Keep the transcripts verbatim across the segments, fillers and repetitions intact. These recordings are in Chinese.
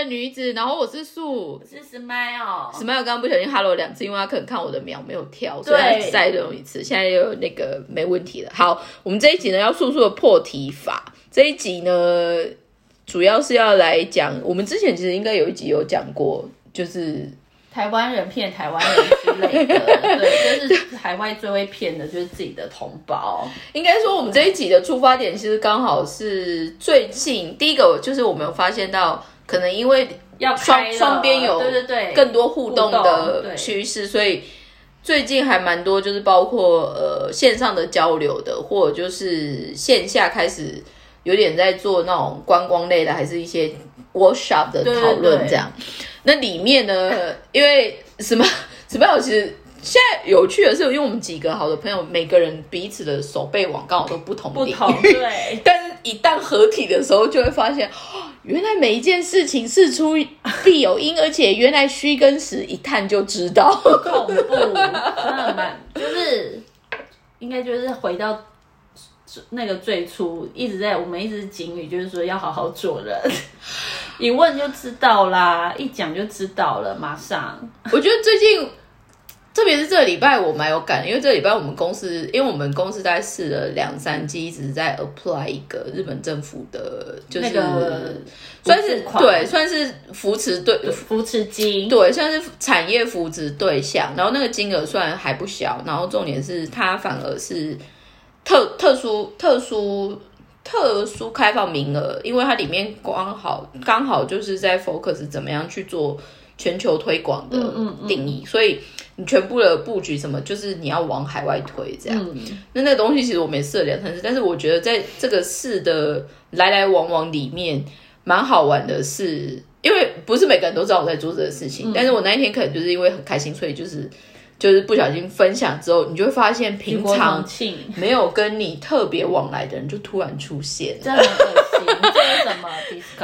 女子，然后我是树， 我是 Smile。Smile 刚刚不小心 hello 两次，因为他可能看我的秒没有跳，所以他再用一次，现在又有那个没问题了。好，我们这一集呢要速速的破题法，这一集呢主要是要来讲，我们之前其实应该有一集有讲过，就是台湾人骗台湾人之类的，对，就是海外最会骗的就是自己的同胞。 应该说我们这一集的出发点其实刚好是最近第一个，就是我们有发现到可能因为要双双边有对对对更多互动的趋势，所以最近还蛮多就是包括呃线上的交流的，或者就是线下开始有点在做那种观光类的，还是一些 workshop 的讨论这样。对对对，那里面呢，因为什么什么，其实现在有趣的是，因为我们几个好的朋友，每个人彼此的手背网刚好都不同不同，对。 但是一旦合体的时候，就会发现，哦，原来每一件事情事出必有因，而且原来虚跟实一探就知道。 恐怖，真的蛮，就是应该就是回到那个最初一直在我们一直警语，就是说要好好做人。一问就知道啦，一讲就知道了，马上。 我觉得最近，特别是这个礼拜我蛮有感，因为这个礼拜我们公司，因为我们公司大概试了两三季，一直在 apply 一个日本政府的，就是、那个、算是对，算是扶持对扶持金， 对，算是产业扶持对象。然后那个金额虽然还不小，然后重点是它反而是特特殊特殊。特殊开放名额，因为它里面刚好刚好就是在 focus 怎么样去做全球推广的定义，嗯嗯嗯，所以你全部的布局什么，就是你要往海外推这样。嗯、那那个东西其实我们也试了两三次，但是我觉得在这个试的来来往往里面，蛮好玩的是，因为不是每个人都知道我在做这个事情，嗯、但是我那一天可能就是因为很开心，所以就是。就是不小心分享之后，你就会发现平常没有跟你特别往来的人就突然出现了， 这很恶心。这是什么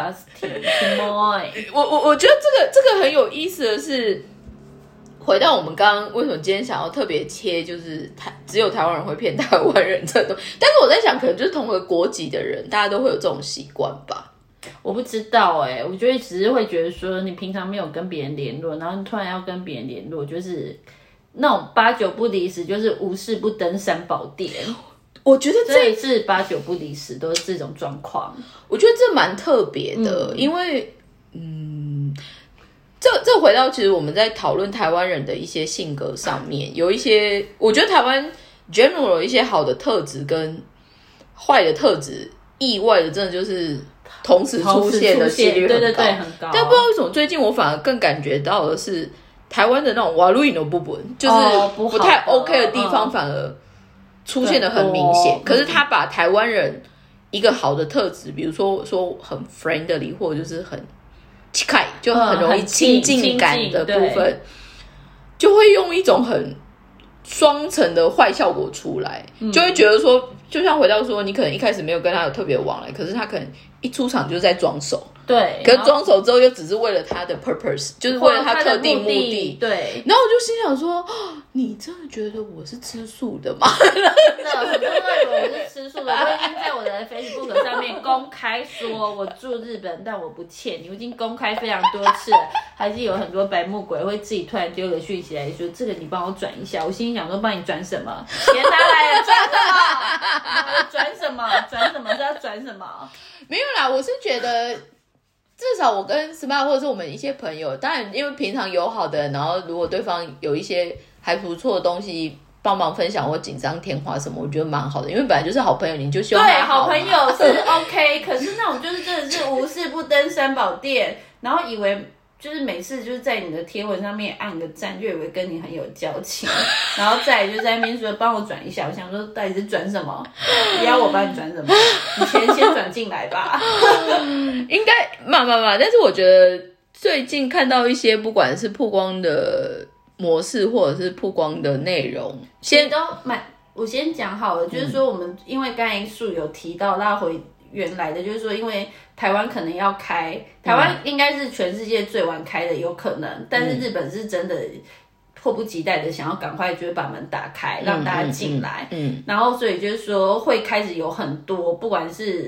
disgusting？ 我我我觉得这个这个很有意思的是，回到我们刚刚为什么今天想要特别切，就是台只有台湾人会骗台湾人这种，但是我在想，可能就是同个国籍的人，大家都会有这种习惯吧。 我不知道哎、欸，我觉得只是会觉得说，你平常没有跟别人联络，然后你突然要跟别人联络，就是。那种八九不离十，就是无事不登三宝殿。 我觉得这一次八九不离十都是这种状况。 我觉得这蛮特别的，嗯、因为嗯，这这回到其实我们在讨论台湾人的一些性格上面，有一些我觉得台湾 general 有一些好的特质跟坏的特质，意外的真的就是同时出现的几率很高， 对对对，很高。 但不知道为什么最近我反而更感觉到的是。台湾的那种瓦路因的部分，就是不太 OK 的地方，反而出现的很明显。嗯、可是他把台湾人一个好的特质，比如说说很 friendly， 或者就是很亲近，就很容易亲近感的部分，嗯、就会用一种很双层的坏效果出来，嗯、就会觉得说，就像回到说，你可能一开始没有跟他有特别往来，可是他可能一出场就是在装熟。 对， 可是装熟之后又只是为了他的 purpose， 就是为了他特定目的。 对， 然后我就心想说，哦、你真的觉得我是吃素的吗？ 真的，很多人以为我是吃素的。我已经在我的 Facebook 上面公开说我住日本，但我不欠你。我已经公开非常多次了，还是有很多白目鬼会自己突然丢个讯息来说，这个你帮我转一下。我心里想说，帮你转什么？钱拿来了，转什么？转什么？转什么？是要转什么？ 没有啦，我是觉得。至少我跟 Smile 或者是我们一些朋友，当然因为平常友好的人，然后如果对方有一些还不错的东西帮忙分享或锦上添花什么，我觉得蛮好的，因为本来就是好朋友，你就希望对好朋友是 OK， 可是那种就是真的是无事不登三宝殿，然后以为就是每次就是在你的贴文上面按个赞，就以为跟你很有交情，然后再来就在那边说帮我转一下，我想说到底是转什么？你要我帮你转什么？你钱先转进来吧。 应该嘛嘛嘛，但是我觉得最近看到一些不管是曝光的模式或者是曝光的内容， 先都蛮，我先讲好了，就是说我们因为刚才树有提到拉回原来的，就是说因为台湾可能要开，台湾应该是全世界最晚开的，有可能，嗯、但是日本是真的迫不及待的想要赶快就是把门打开，让大家进来，嗯嗯嗯嗯、然后所以就是说会开始有很多，不管是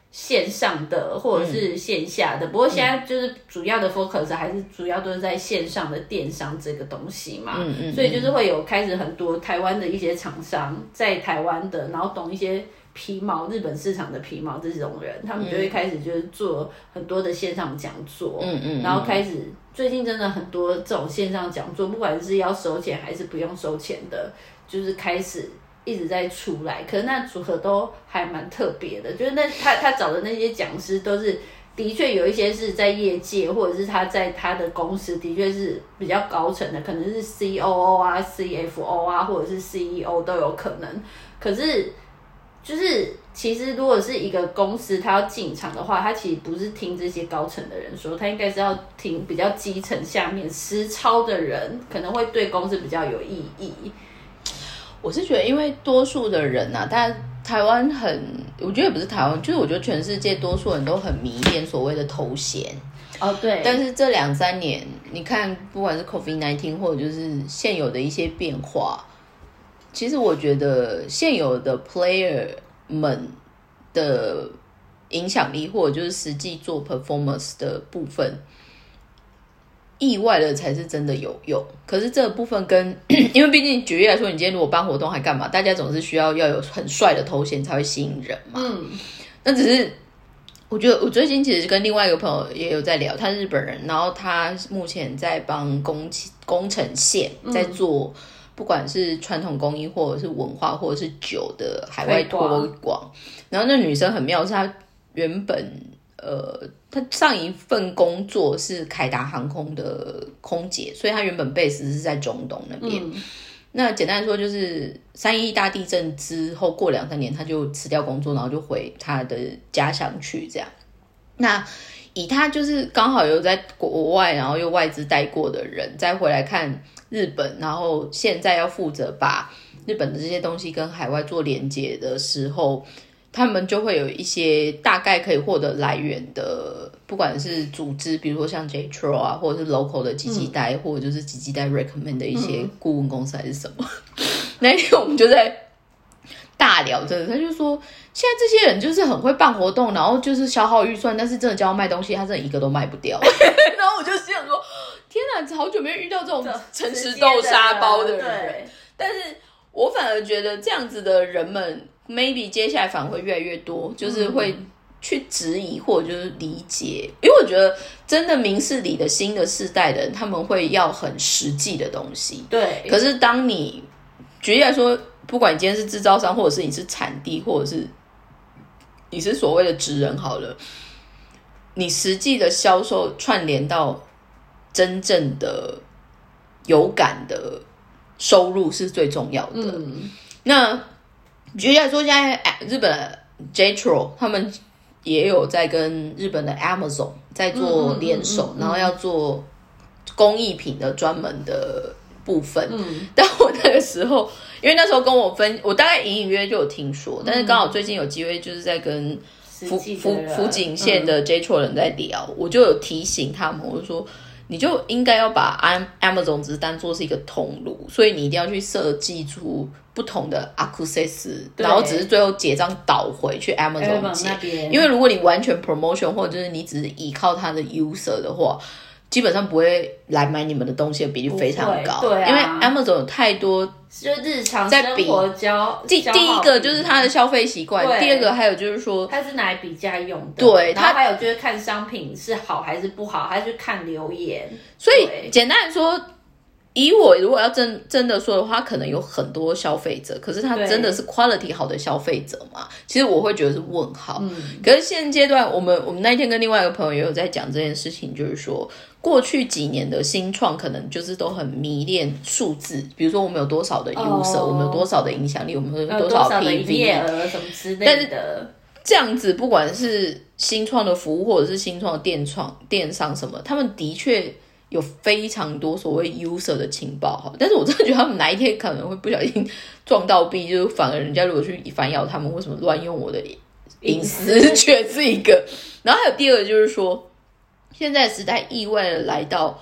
线上的或者是线下的，嗯、不过现在就是主要的 focus 还是主要都是在线上的电商这个东西嘛，嗯嗯，所以就是会有开始很多台湾的一些厂商在台湾的，然后懂一些皮毛日本市场的皮毛这种人，他们就会开始就是做很多的线上讲座，嗯嗯，然后开始最近真的很多这种线上讲座，不管是要收钱还是不用收钱的，就是开始一直在出来，可是那组合都还蛮特别的，就是那他他找的那些讲师都是的确有一些是在业界，或者是他在他的公司的确是比较高层的，可能是 C O O 啊 C F O 啊或者是 C E O 都有可能。可是就是其实如果是一个公司他要进场的话，他其实不是听这些高层的人说，他应该是要听比较基层下面实操的人，可能会对公司比较有意义。 我是觉得因为多数的人啊，但台湾很，我觉得也不是台湾，就是我觉得全世界多数人都很迷恋所谓的头衔。 哦，对。 但是这两三年，你看，不管是 COVID 十九 或者就是现有的一些变化，其实我觉得现有的 player 们的影响力，或者就是实际做 performance 的部分，意外的才是真的有用。可是这个部分跟因为毕竟举例来说，你今天如果办活动还干嘛，大家总是需要要有很帅的头衔才会吸引人嘛。嗯，那只是我觉得我最近其实跟另外一个朋友也有在聊，他是日本人，然后他目前在帮工工程线在做、嗯、不管是传统工艺或者是文化或者是酒的海外推广。然后那女生很妙，是她原本呃，他上一份工作是凯达航空的空姐，所以他原本 base 是在中东那边。嗯、那简单说就是三一大地震之后过两三年，他就辞掉工作，然后就回他的家乡去这样。那以他就是刚好有在国外，然后又外资待过的人，再回来看日本，然后现在要负责把日本的这些东西跟海外做连接的时候，他们就会有一些大概可以获得来源的，不管是组织，比如说像 J T R O 啊，或者是 local 的基基代、嗯、或者就是基基代 recommend 的一些顾问公司还是什么、嗯、那一天我们就在大聊，真的他就说现在这些人就是很会办活动，然后就是消耗预算，但是真的叫他卖东西他真的一个都卖不掉然后我就心想说天哪，好久没有遇到这种诚实豆沙包的人。但是我反而觉得这样子的人们maybe 接下来反而会越来越多，就是会去质疑或者就是理解，因为我觉得真的明事理的新的世代的人，他们会要很实际的东西。 对。 可是当你举例来说，不管你今天是制造商，或者是你是产地，或者是你是所谓的职人好了，你实际的销售串联到真正的有感的收入是最重要的。嗯、那举例来说，现在日本的 J T R O 他们也有在跟日本的 Amazon 在做联手，嗯嗯嗯嗯、然后要做工艺品的专门的部分。嗯、但我那个时候，因为那时候跟我分，我大概隐隐约约就有听说，但是刚好最近有机会就是在跟福福福井县的 J T R O 人在聊，嗯、我就有提醒他们，我就说，你就应该要把 Amazon 只是当作是一个通路，所以你一定要去设计出不同的 access， 然后只是最后结账导回去 Amazon 结。因为如果你完全 promotion 或者就是你只是依靠它的 user 的话，基本上不会来买你们的东西的比例非常高。 对啊， 因为 Amazon 有太多就日常生活交第第一个就是它的消费习惯，第二个还有就是说它是拿来比价用的， 对， 然后还有就是看商品是好还是不好，还是看留言。 所以简单来说，以我如果要真真的说的话，可能有很多消费者，可是他真的是 quality 好的消费者嘛？其实我会觉得是问号。嗯、可是现阶段，我们我们那一天跟另外一个朋友也有在讲这件事情，就是说过去几年的新创可能就是都很迷恋数字，比如说我们有多少的 user，、哦、我们有多少的影响力，我们有多少 P V 营业额什么之类的。但是这样子，不管是新创的服务或者是新创的电创电商什么，他们的确有非常多所谓 user 的情报，但是我真的觉得他们哪一天可能会不小心撞到壁，就是反而人家如果去反咬他们为什么乱用我的隐私权是一个。然后还有第二个就是说，现在时代意外的来到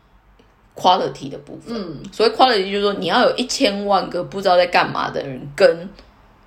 quality 的部分。嗯，所谓 quality 就是说你要有一千万个不知道在干嘛的人跟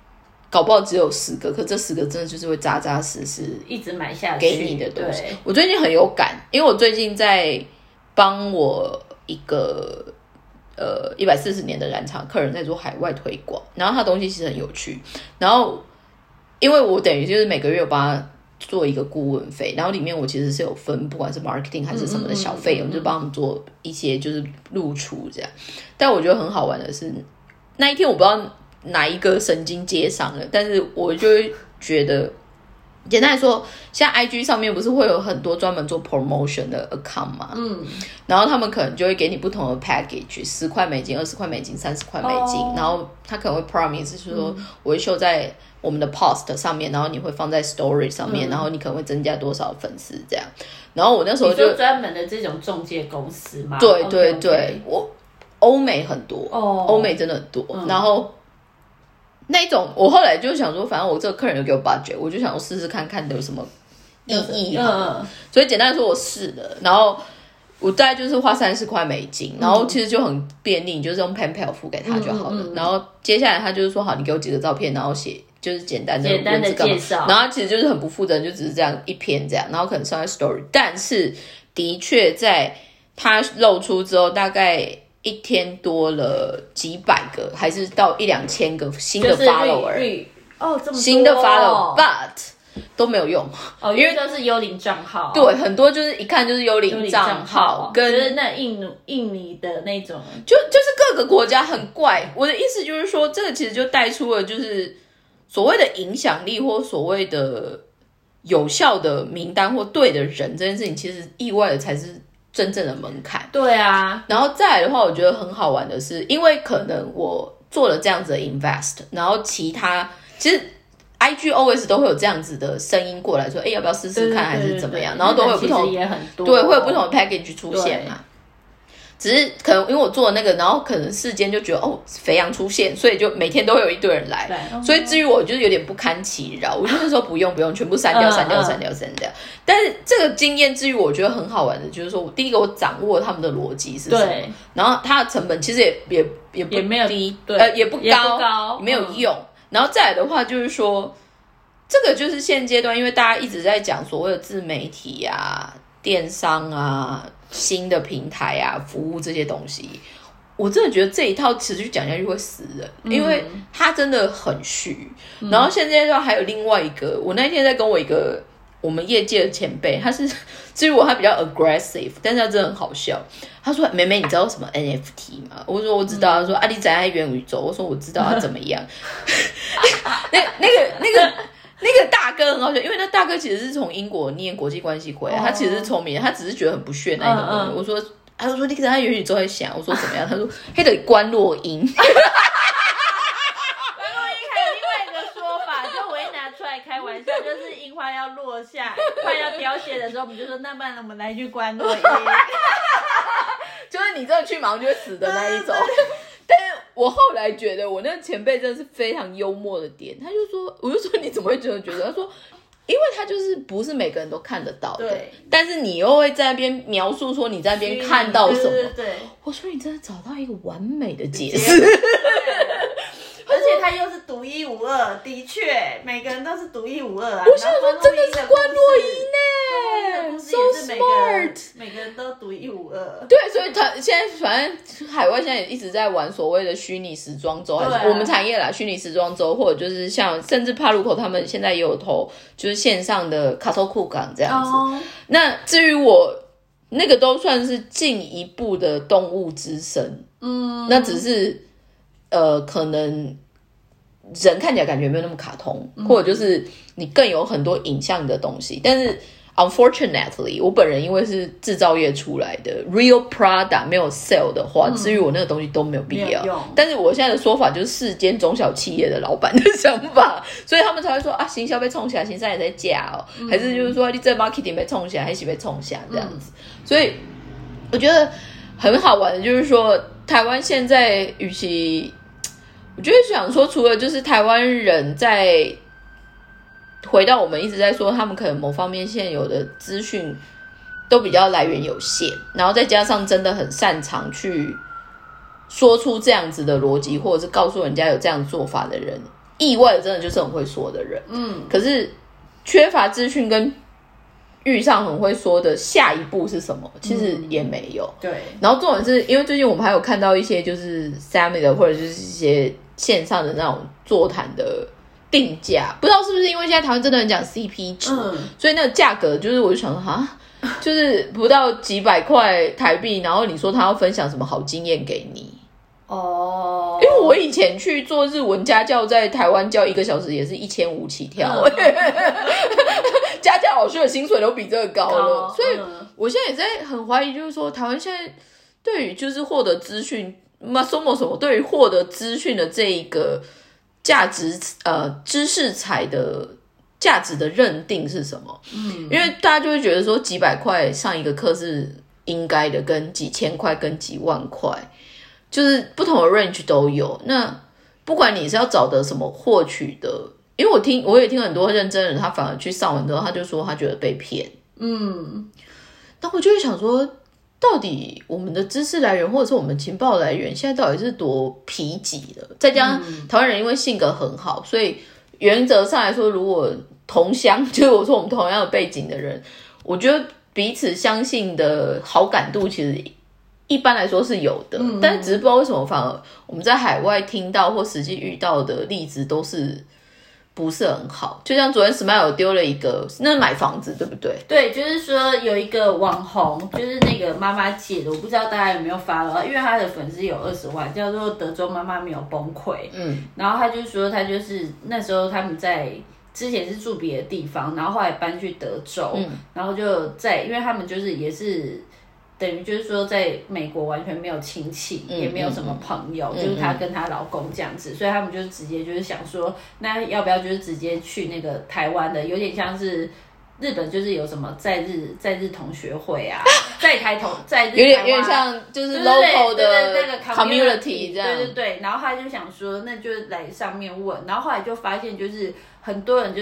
搞不好只有十个，可这十个真的就是会扎扎实实一直买下去给你的东西。我最近很有感，因为我最近在帮我一个呃一百四十年的染厂客人在做海外推广，然后他的东西其实很有趣，然后因为我等于就是每个月有帮他做一个顾问费，然后里面我其实是有分不管是 marketing 还是什么的小费用，嗯嗯嗯嗯就帮他们做一些就是露出这样。但我觉得很好玩的是，那一天我不知道哪一个神经接上了，但是我就会觉得，简单来说，像 I G 上面不是会有很多专门做 promotion 的 account 嘛，嗯，然后他们可能就会给你不同的 package， 十块美金、二十块美金、三十块美金，哦、然后他可能会 promise 就是说、嗯、我会秀在我们的 post 上面，然后你会放在 story 上面，嗯、然后你可能会增加多少粉丝这样。然后我那时候就专门的这种中介公司嘛， 对对对， okay, okay. 我欧美很多，哦，欧美真的很多，嗯、然后。那一种，我后来就想说，反正我这个客人有给我 budget， 我就想我试试看看有什么意义哈、嗯。所以简单来说，我试了，然后我大概就是花三十块美金，然后其实就很便利，你就是用 PayPal 付给他就好了。嗯嗯嗯然后接下来他就是说，好，你给我几个照片，然后写就是简单的简单的介绍， 然后其实就是很不负责任，就只是这样一篇这样，然后可能上在 story， 但是的确在他露出之后，大概。一天多了几百个，还是到一两千个新的 follower，、就是、 哦，这么多新的 follower，but 都没有用哦，因为都是幽灵账号， 对，很多就是一看就是幽灵账号，跟就是那印尼印尼的那种， 就就是各个国家很怪。我的意思就是说，这个其实就带出了就是所谓的影响力或所谓的有效的名单或对的人这件事情，其实意外的才是。真正的门槛， 对啊， 然后再来的话，我觉得很好玩的是，因为可能我做了这样子的 invest， 然后其他其实 I G always 都会有这样子的声音过来说，哎，要不要试试看，还是怎么样？然后都会有不同， 也很多对，会有不同的 package 出现嘛。只是可能因为我做的那个，然后可能世间就觉得哦，肥羊出现，所以就每天都会有一堆人来。所以至于我就是有点不堪其扰，我就那时候不用不用，全部删掉删掉删掉删掉。但是这个经验至于我觉得很好玩的，就是说我第一个我掌握他们的逻辑是什么，然后它的成本其实也也也不低，呃也不高， 也不高没有用。嗯、然后再来的话就是说，这个就是现阶段，因为大家一直在讲所谓的自媒体啊、电商啊。新的平台啊，服务这些东西，我真的觉得这一套持续讲下去会死人，嗯、因为它真的很虚。嗯、然后现在就还有另外一个，我那天在跟我一个我们业界的前辈，他是至于我他比较 aggressive， 但是他真的很好笑。他说：“妹妹，你知道什么 N F T 吗？”我说：“我知道。嗯”他说：“啊，你在元宇宙。”我说：“我知道他怎么样。那”那那个那个。那个大哥很好笑，因为那大哥其实是从英国念国际关系回来， oh. 他其实是聪明，他只是觉得很不屑那一种东西。Uh, uh. 我说，他就说你可能在元宇宙在想，我说怎么样？他说黑的关落音。关落音还有另外一个说法，就我一拿出来开玩笑，就是樱花要落下、快要凋谢的时候，我们就说那不然我们来去关落音， 就是你真的去马上就会死的那一种。但是我后来觉得我那个前辈真的是非常幽默的点，他就说，我就说你怎么会这么觉得？他说，因为他就是不是每个人都看得到的， 对。 但是你又会在那边描述说你在那边看到什么， 对对对。 我说你真的找到一个完美的解释， 而且他又是独一无二，的确每个人都是独一无二啊。 我想说真的是关洛音呢 ，so smart， 每个人都独一无二。 对，所以他现在反正海外现在也一直在玩所谓的虚拟时装周，还是我们产业啦，虚拟时装周，或者就是像甚至帕路口他们现在也有投，就是线上的卡索库港这样子。Oh. 那至于我那个都算是进一步的动物之声，嗯，那只是呃可能。人看起来感觉没有那么卡通，嗯、或者就是你更有很多影像的东西，但是 unfortunately 我本人因为是制造业出来的 real product 没有 sell 的话，嗯、至于我那个东西都没有必要。但是我现在的说法就是世间中小企业的老板的想法，所以他们才会说啊，行销被冲起来，行销也在架哦，嗯、还是就是说你这 marketing 被冲起来，还是被冲下这样子。嗯、所以我觉得很好玩的就是说，台湾现在与其我就是想说，除了就是台湾人在回到我们一直在说，他们可能某方面现有的资讯都比较来源有限，然后再加上真的很擅长去说出这样子的逻辑，或者是告诉人家有这样做法的人意外的真的就是很会说的人，嗯，可是缺乏资讯跟遇上很会说的下一步是什么，其实也没有。 嗯、对。 然后重点是因为最近我们还有看到一些就是 Summit 的或者就是一些线上的那种座谈的定价，不知道是不是因为现在台湾真的很讲 C P 值、嗯、所以那个价格就是我就想说哈，就是不到几百块台币，然后你说他要分享什么好经验给你哦，因为我以前去做日文家教，在台湾教一个小时也是一千五起跳、嗯、家教老师的薪水都比这个高了，所以我现在也在很怀疑，就是说台湾现在对于就是获得资讯，那什么什么对于获得资讯的这一个价值呃知识财的价值的认定是什么？嗯，因为大家就会觉得说几百块上一个课是应该的，跟几千块跟几万块。就是不同的 range 都有，那不管你是要找的什么获取的，因为我听我也听很多认真的人，他反而去上完之后，他就说他觉得被骗，嗯，那我就会想说，到底我们的知识来源或者是我们情报来源，现在到底是多疲极的？再加上台湾人因为性格很好，所以原则上来说，如果同乡，就是我说我们同样的背景的人，我觉得彼此相信的好感度其实一般来说是有的，嗯、但是只是不知道为什么反而我们在海外听到或实际遇到的例子都是不是很好。就像昨天 Smile 丢了一个，那买房子对不对？ 对，就是说有一个网红，就是那个妈妈界的，我不知道大家有没有follow，因为他的粉丝有二十万，叫做德州妈妈没有崩溃。嗯，然后他就说他就是那时候他们在。之前是住别的地方，然后后来搬去德州，嗯、然后就在，因为他们就是也是等于就是说在美国完全没有亲戚，嗯、也没有什么朋友，嗯、就是她跟她老公这样子，嗯、所以他们就直接就是想说，那要不要就是直接去那个台湾的，有点像是日本就是有什么在日在日同学会啊，在台同在日有点有点像就是 local 的那个 community 这样， 对对对，然后他就想说，那就来上面问，然后后来就发现就是很多人就是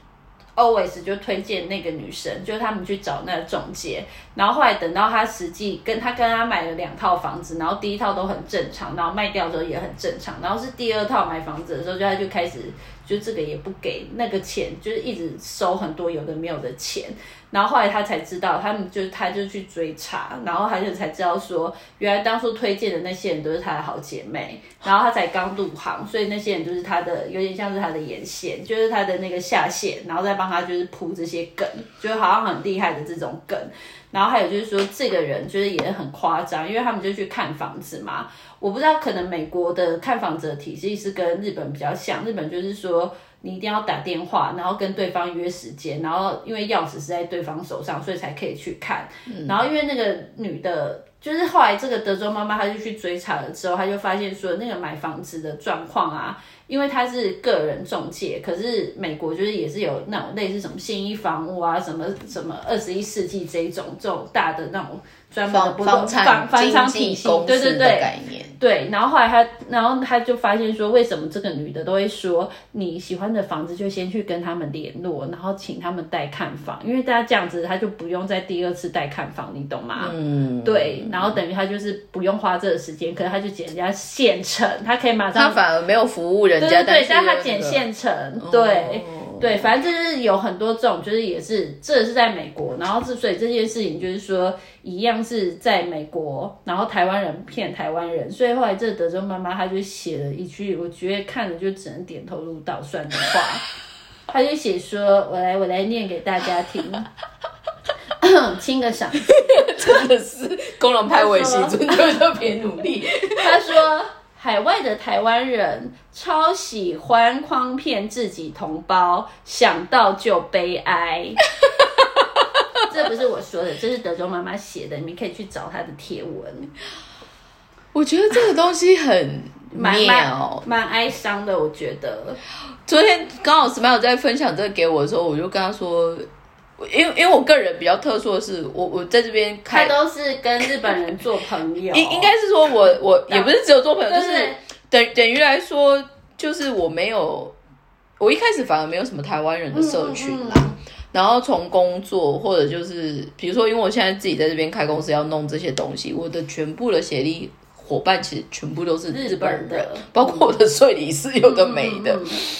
。always 就推荐那个女生，就是他们去找那个中介，然后后来等到他实际跟他跟他买了两套房子，然后第一套都很正常，然后卖掉之后也很正常，然后是第二套买房子的时候，就他就开始就这个也不给那个钱，就是一直收很多有的没有的钱，然后后来他才知道，他们就他就去追查，然后他就才知道说，原来当初推荐的那些人都是他的好姐妹，然后他才刚入行，所以那些人就是他的有点像是他的眼线，就是他的那个下线，然后再帮他就是铺这些梗，就好像很厉害的这种梗。然后还有就是说，这个人就是也很夸张，因为他们就去看房子嘛。我不知道，可能美国的看房子的体系是跟日本比较像，日本就是说你一定要打电话，然后跟对方约时间，然后因为钥匙是在对方手上，所以才可以去看。嗯、然后因为那个女的，就是后来这个德州妈妈，她就去追查了之后，她就发现说，那个买房子的状况啊。因为他是个人中介，可是美国就是也是有那种类似什么信义房屋啊，什么什么二十一世纪这一种这种大的那种专门的不动产房商体系，对对对， 概念对。然后后来他，然后他就发现说，为什么这个女的都会说你喜欢的房子就先去跟他们联络，然后请他们带看房，因为大家这样子他就不用再第二次带看房，你懂吗？嗯，对。然后等于他就是不用花这个时间，可是他就给人家现成，他可以马上， 他反而没有服务人。 对对对，但他捡现成，哦、对对，反正就是有很多这种，就是也是这是在美国，然后之所以这件事情就是说一样是在美国，然后台湾人骗台湾人，所以后来这德州妈妈她就写了一句，我觉得看了就只能点头如捣蒜的话，她就写说，我来我来念给大家听，亲个赏， 真的是公龙拍尾戏，真的特别努力。 她说。海外的台湾人超喜欢诓骗自己同胞，想到就悲哀。这不是我说的，这是德州妈妈写的，你们可以去找她的贴文。 我觉得这个东西很妙，蛮哀伤的。我觉得昨天刚好 Smile 在分享这个给我的时候，我就跟他说。因为因为我个人比较特殊的是，我我在这边开， 他都是跟日本人做朋友， 应应该是说我我也不是只有做朋友，就是等等于来说，就是我没有，我一开始反而没有什么台湾人的社群啦。嗯嗯嗯然后从工作或者就是比如说，因为我现在自己在这边开公司要弄这些东西，我的全部的协力伙伴其实全部都是日本人， 日本的包括我的税理是有的没的。嗯嗯嗯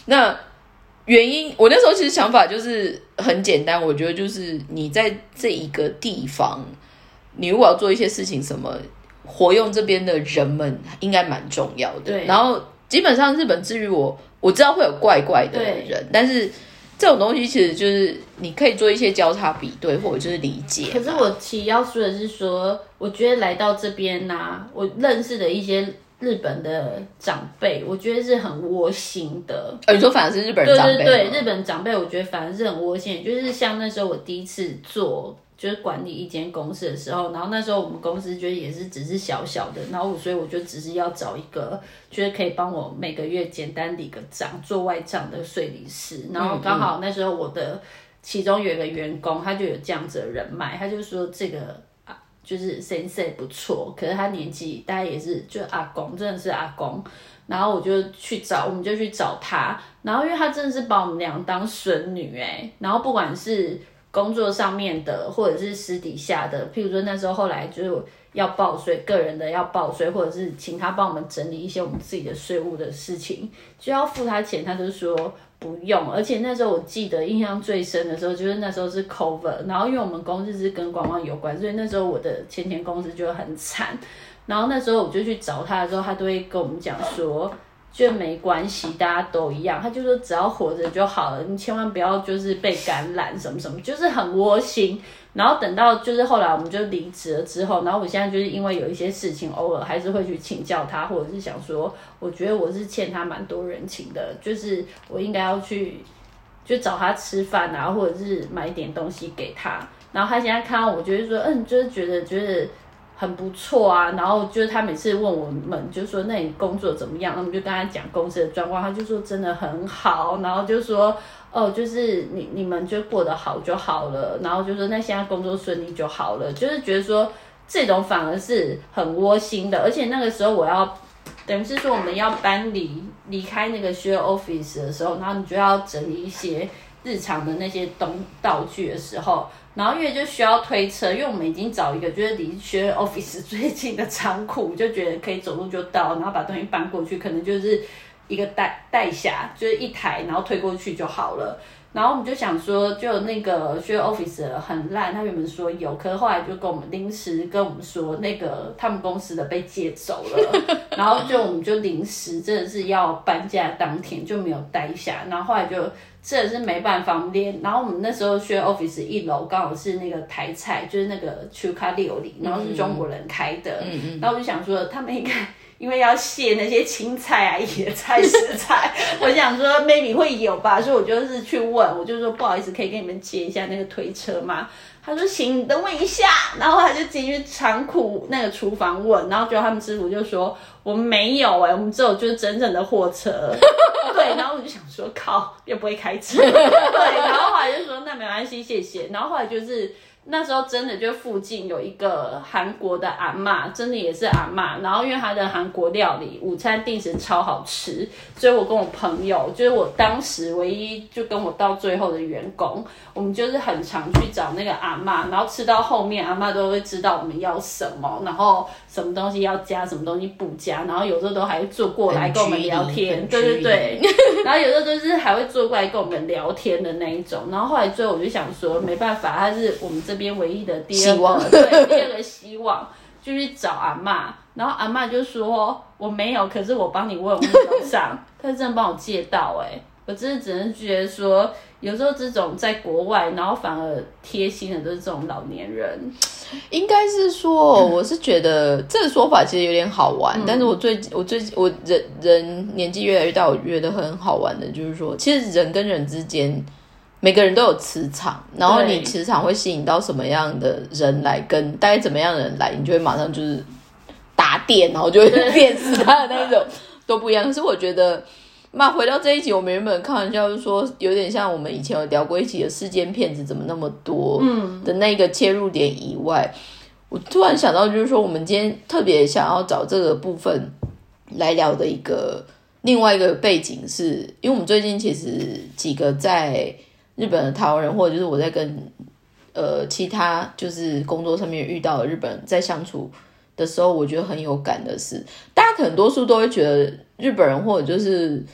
那原因，我那时候其实想法就是很简单，我觉得就是你在这一个地方，你如果要做一些事情，什么活用这边的人们应该蛮重要的。 对， 然后基本上日本至于我，我知道会有怪怪的人，但是这种东西其实就是你可以做一些交叉比对，或者就是理解。 可是我其实要说的是说，我觉得来到这边啊，我认识的一些日本的长辈，我觉得是很窝心的。 呃、你说反而是日本人长辈？ 对对对，日本长辈我觉得反而是很窝心，就是像那时候我第一次做就是管理一间公司的时候，然后那时候我们公司觉得也是只是小小的，然后我所以我就只是要找一个就是可以帮我每个月简单理个账做外账的税理师，然后刚好那时候我的其中有一个员工他就有这样子的人脉，他就说这个就是先生不错，可是他年纪大概也是就阿公，真的是阿公。然后我就去找，我们就去找他。然后因为他真的是把我们俩当孙女哎，然后不管是工作上面的，或者是私底下的，譬如说那时候后来就是要报税，个人的要报税，或者是请他帮我们整理一些我们自己的税务的事情，就要付他钱，他就说不用。而且那时候我记得印象最深的时候，就是那时候是 cover， 然后因为我们公司是跟观光有关，所以那时候我的前前公司就很惨。然后那时候我就去找他的时候，他都会跟我们讲说，就没关系，大家都一样。他就说只要活着就好了，你千万不要就是被感染什么什么，就是很窝心。然后等到就是后来我们就离职了之后，然后我现在就是因为有一些事情，偶尔还是会去请教他，或者是想说，我觉得我是欠他蛮多人情的，就是我应该要去就找他吃饭啊，或者是买一点东西给他。然后他现在看到我，就会说，嗯，就是觉得觉得。很不错啊，然后就是他每次问我们，就说那你工作怎么样？那我们就跟他讲公司的状况，他就说真的很好，然后就说哦，就是你你们就过得好就好了，然后就说那现在工作顺利就好了，就是觉得说这种反而是很窝心的，而且那个时候我要等于是说我们要搬离离开那个 share office 的时候，然后你就要整理一些日常的那些东道具的时候。然后因为就需要推车，因为我们已经找一个就是离学 office 最近的仓库，就觉得可以走路就到，然后把东西搬过去，可能就是一个袋袋下，就是一台，然后推过去就好了。然后我们就想说，就那个学 office 很烂，他原本说有，可是后来就跟我们临时跟我们说，那个他们公司的被借走了，然后就我们就临时真的是要搬家当天就没有待下，然后后来就真的是没办法连，然后我们那时候学 office 一楼刚好是那个台菜，就是那个秋卡料理，然后是中国人开的，嗯嗯，然后我就想说他们应该。因为要卸那些青菜啊、野菜、食材，我想说 maybe 会有吧，所以我就是去问，我就说不好意思，可以跟你们借一下那个推车吗？他说行，你等我一下，然后他就进去仓库那个厨房问，然后结果他们师傅就说我们没有哎、欸，我们只有就是真正的货车，对，然后我就想说靠，又不会开车，对，然后后来就说那没关系，谢谢，然后后来就是。那时候真的就附近有一个韩国的阿嬷，真的也是阿嬷，然后因为她的韩国料理午餐定时超好吃，所以我跟我朋友，就是我当时唯一就跟我到最后的员工，我们就是很常去找那个阿嬷，然后吃到后面阿嬷都会知道我们要什么，然后什么东西要加，什么东西不加，然后有时候都还会坐过来跟我们聊天，对对对，然后有时候就是还会坐过来跟我们聊天的那一种，然后后来最后我就想说没办法，他是我们这边唯一的第二个对第二个希望，就去找阿嬷，然后阿嬷就说我没有，可是我帮你问问早上，他真的帮我借到哎、欸，我真的只能觉得说，有时候这种在国外，然后反而贴心的都是这种老年人。 应该是说，我是觉得这个说法其实有点好玩，嗯、但是我最我最我人人年纪越来越大，我觉得很好玩的，就是说，其实人跟人之间，每个人都有磁场，然后你磁场会吸引到什么样的人来跟，大概怎么样的人来，你就会马上就是打电，然后就会电死他的那种都不一样。可是我觉得。那回到这一集，我们原本开玩笑就是说，有点像我们以前有聊过一集的世间骗子怎么那么多的那个切入点以外，嗯、我突然想到，就是说我们今天特别想要找这个部分来聊的一个另外一个背景是，因为我们最近其实几个在日本的台湾人，或者就是我在跟呃其他就是工作上面遇到的日本人在相处的时候，我觉得很有感的是，大家可能多数都会觉得日本人或者就是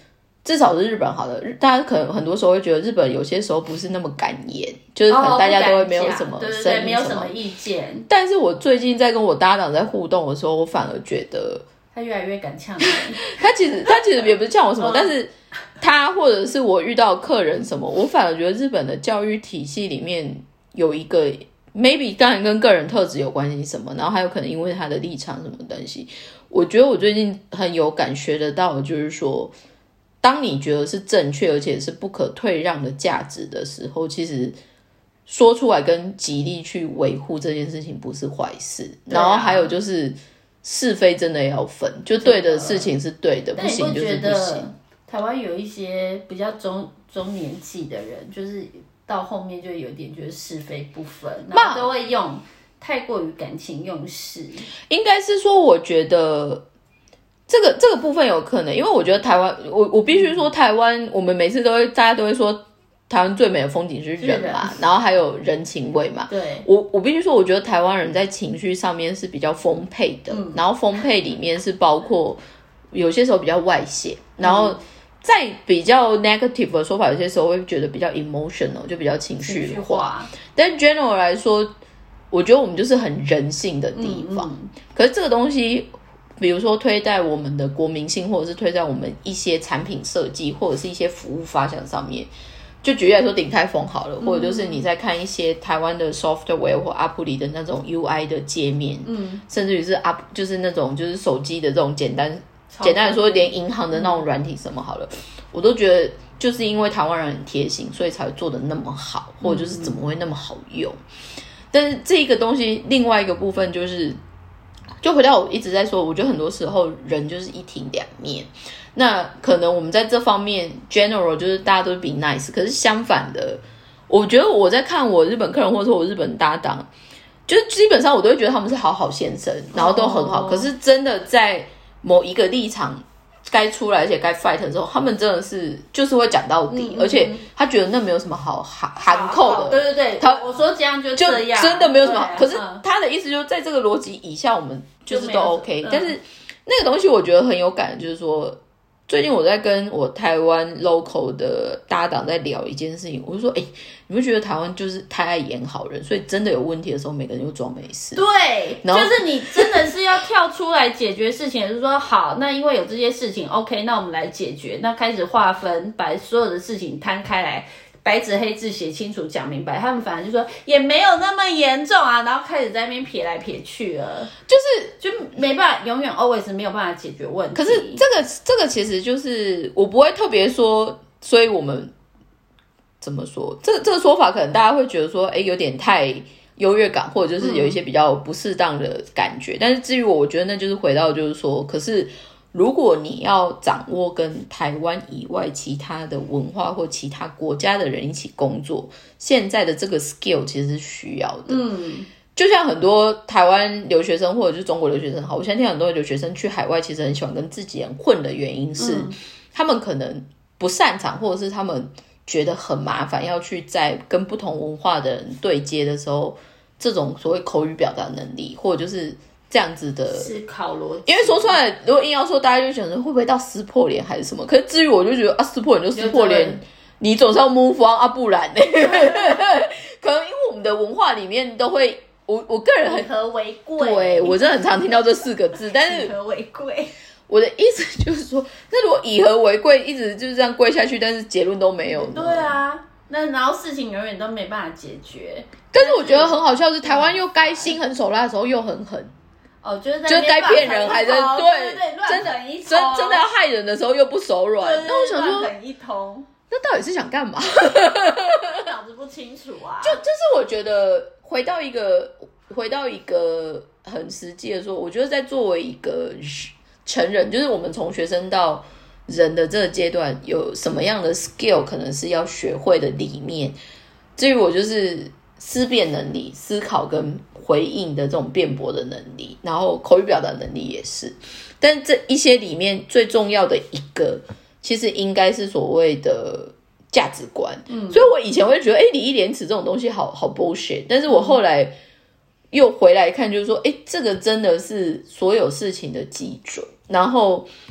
至少是日本好了，大家可能很多时候会觉得日本有些时候不是那么敢言，就是可能大家都会没有什么声音、哦、 对对对，没有什么意见。 但是我最近在跟我搭档在互动的时候，我反而觉得他越来越敢呛你。 他其实他其实也不是呛我什么、嗯、但是他或者是我遇到客人什么，我反而觉得日本的教育体系里面有一个 maybe 当然跟个人特质有关系什么，然后还有可能因为他的立场什么东西，我觉得我最近很有感学得到的就是说，当你觉得是正确而且是不可退让的价值的时候，其实说出来跟极力去维护这件事情不是坏事、啊、然后还有就是是非真的要分，就对的事情是对的，不行就是不行。 台湾有一些比较中中年纪的人，就是到后面就有点觉得是非不分，然后都会用太过于感情用事。 应该是说我觉得这个这个部分有可能，因为我觉得台湾，我我必须说台湾，我们每次都会大家都会说台湾最美的风景是人嘛，然后还有人情味嘛。 对， 我我必须说，我觉得台湾人在情绪上面是比较丰沛的，嗯、然后丰沛里面是包括有些时候比较外显，然后在比较 negative 的说法，有些时候会觉得比较 emotional， 就比较情绪化。绪化但 general 来说，我觉得我们就是很人性的地方。嗯嗯可是这个东西，比如说推在我们的国民性，或者是推在我们一些产品设计，或者是一些服务发想上面。就举例来说，鼎泰丰好了，或者就是你在看一些台湾的 software 或阿普里的那种 U I 的界面，嗯，甚至于是 app 就是那种就是手机的这种简单简单来说，连银行的那种软体什么好了，我都觉得就是因为台湾人很贴心，所以才会做得那么好，或者就是怎么会那么好用。但是这个东西另外一个部分就是，就回到我一直在说，我觉得很多时候人就是一体两面。那可能我们在这方面 general 就是大家都比 nice， 可是相反的，我觉得我在看我日本客人或者说我日本搭档，就是基本上我都会觉得他们是好好先生，然后都很好。Oh. 可是真的在某一个立场该出来而且该 fight 的时候，他们真的是就是会讲到底，嗯嗯而且他觉得那没有什么好含含扣的。 对对对，他我说这样就这样， 就真的没有什么好。可是他的意思就是在这个逻辑以下，我们就是都 OK、嗯。但是那个东西我觉得很有感，就是说。最近我在跟我台湾 local 的搭档在聊一件事情，我就说，哎、欸，你们觉得台湾就是太爱演好人，所以真的有问题的时候，每个人就装没事。 对，就是你真的是要跳出来解决事情，就是说，好，那因为有这些事情 ，OK， 那我们来解决，那开始划分，把所有的事情摊开来。白纸黑字写清楚讲明白，他们反而就说也没有那么严重啊，然后开始在那边撇来撇去了， 就是就没办法，永远 always 没有办法解决问题。 可是这个这个其实就是我不会特别说，所以我们怎么说？这这个说法可能大家会觉得说，哎，有点太优越感，或者就是有一些比较不适当的感觉。嗯、但是至于我，我觉得那就是回到就是说，可是。如果你要掌握跟台湾以外其他的文化或其他国家的人一起工作，现在的这个 skill 其实是需要的。嗯，就像很多台湾留学生或者是中国留学生，好，我现在听很多留学生去海外，其实很喜欢跟自己人混的原因是，嗯、他们可能不擅长，或者是他们觉得很麻烦，要去在跟不同文化的人对接的时候，这种所谓口语表达能力，或者就是。这样子的思考逻辑， 因为说出来，如果硬要说，大家就想说会不会到撕破脸还是什么？可是至于我就觉得啊，撕破脸就撕破脸，你总是要 move on 啊，不然呢？可能因为我们的文化里面都会，我我个人很以和为贵， 对我真的很常听到这四个字，但是以和为贵， 我的意思就是说，那如果以和为贵，一直就是这样跪下去，但是结论都没有呢？ 对啊。那然后事情永远都没办法解决， 但是我觉得很好笑是，台湾又该心狠手辣的时候又很狠。 哦，就是在就是该骗人还是对对对， 真的真真的要害人的时候又不手软。那我想说， 乱一通， 那到底是想干嘛？ 脑子不清楚啊。 就就是我觉得回到一个回到一个很实际的说，我觉得在作为一个成人，就是我们从学生到人的这个阶段，有什么样的 skill 可能是要学会的里面，至于我就是思辨能力、思考跟回应的这种辩驳的能力，然后口语表达能力也是。但这一些里面最重要的一个，其实应该是所谓的价值观。嗯，所以我以前会觉得，哎，礼义廉耻这种东西好好 bullshit。但是我后来又回来看，就是说，哎，这个真的是所有事情的基准。然后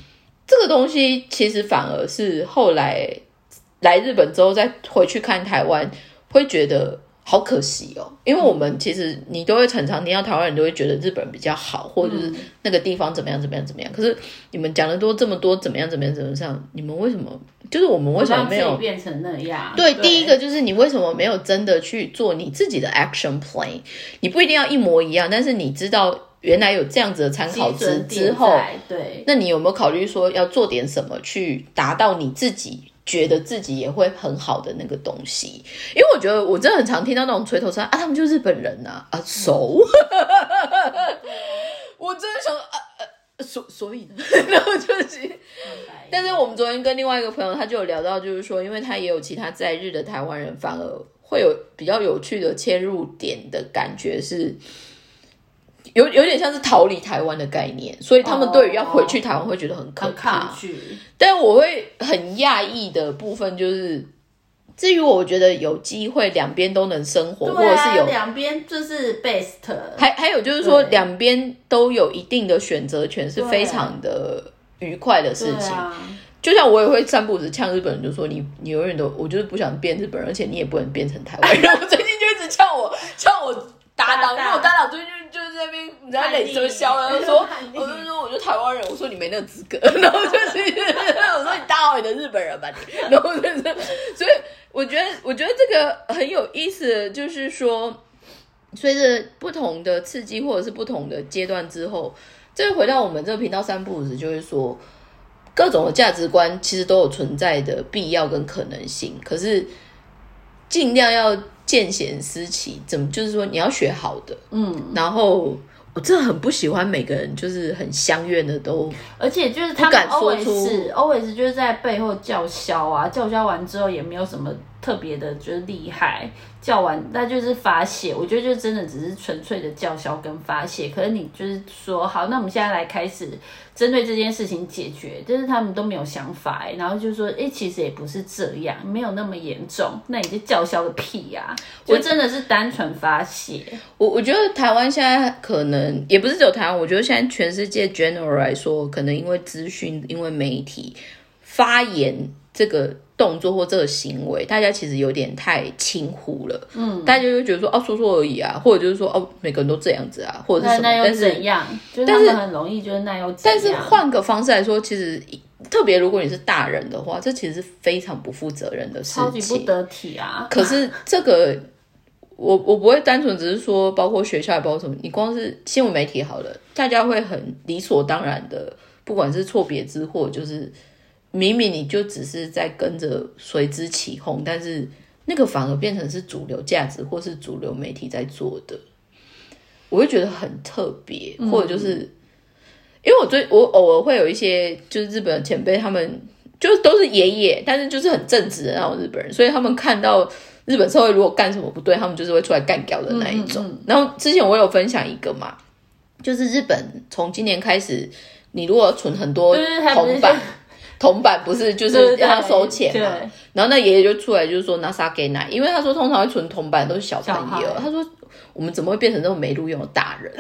这个东西其实反而是后来来日本之后再回去看台湾，会觉得好可惜哦，因为我们其实你都会很常听到台湾人都会觉得日本人比较好，或者是那个地方怎么样怎么样怎么样。可是你们讲的多这么多怎么样怎么样怎么样，你们为什么就是我们为什么没有变成那样？ 对，第一个就是你为什么没有真的去做你自己的 action plan？ 你不一定要一模一样，但是你知道原来有这样子的参考值之后， 对， 那你有没有考虑说要做点什么去达到你自己觉得自己也会很好的那个东西？因为我觉得我真的很常听到那种垂头丧气啊，他们就是日本人啊啊熟，我真的想啊啊，所所以呢，然后就是，但是我们昨天跟另外一个朋友，他就有聊到，就是说，因为他也有其他在日的台湾人，反而会有比较有趣的切入点的感觉是。有有点像是逃离台湾的概念，所以他们对于要回去台湾会觉得很可怕。 哦、 但我会很讶异的部分就是，至于我觉得有机会两边都能生活， 啊、 或者是有两边就是 best。 还还有就是说，两边都有一定的选择权，是非常的愉快的事情。啊、就像我也会三不五时呛日本人，就说你你永远都我就是不想变日本人，而且你也不能变成台湾人。我最近就一直呛我呛我搭档，因为我搭档最近就是在那边你知道脸色消了，就说我就说我就台湾人，我说你没那个资格，然后就是我说你大好你的日本人吧你，然后就是所以我觉得我觉得这个很有意思的就是说，随着不同的刺激或者是不同的阶段之后，这回到我们这个频道三不五时就会说，各种的价值观其实都有存在的必要跟可能性，可是尽量要见贤思齐，怎么就是说你要学好的，嗯，然后我真的很不喜欢每个人就是很相怨的都， 而且就是他们 always always 就是在背后叫嚣啊，叫嚣完之后也没有什么特别的，就是厉害，叫完那就是发泄，我觉得就真的只是纯粹的叫嚣跟发泄。可是你就是说好，那我们现在来开始针对这件事情解决，但是他们都没有想法，然后就说哎、欸，其实也不是这样，没有那么严重，那你就叫嚣个屁呀、啊！就真的是单纯发泄。 我我觉得台湾现在可能也不是只有台湾，我觉得现在全世界 general 来说，可能因为资讯、因为媒体发言这个动作或这个行为，大家其实有点太轻忽了。嗯，大家就会觉得说哦，说说而已啊，或者就是说哦，每个人都这样子啊，或者是什么， 那又怎样？就是他们很容易就是那又怎样？ 但是换个方式来说，其实特别如果你是大人的话，这其实是非常不负责任的事情， 超级不得体啊。 可是这个。我我不会单纯只是说，包括学校也包括什么，你光是新闻媒体好了，大家会很理所当然的，不管是错别字或就是明明你就只是在跟着随之起哄，但是那个反而变成是主流价值或是主流媒体在做的，我会觉得很特别，或者就是、嗯、因为我最我偶尔会有一些就是日本的前辈，他们就是都是爷爷，但是就是很正直的那种日本人，所以他们看到日本社会如果干什么不对，他们就是会出来干掉的那一种、嗯嗯嗯、然后之前我有分享一个嘛，就是日本从今年开始你如果存很多铜板铜板不是就是要收钱嘛，然后那爷爷就出来就是说拿啥给奶，因为他说通常会存铜板都是小朋友，他说我们怎么会变成这种没路用的大人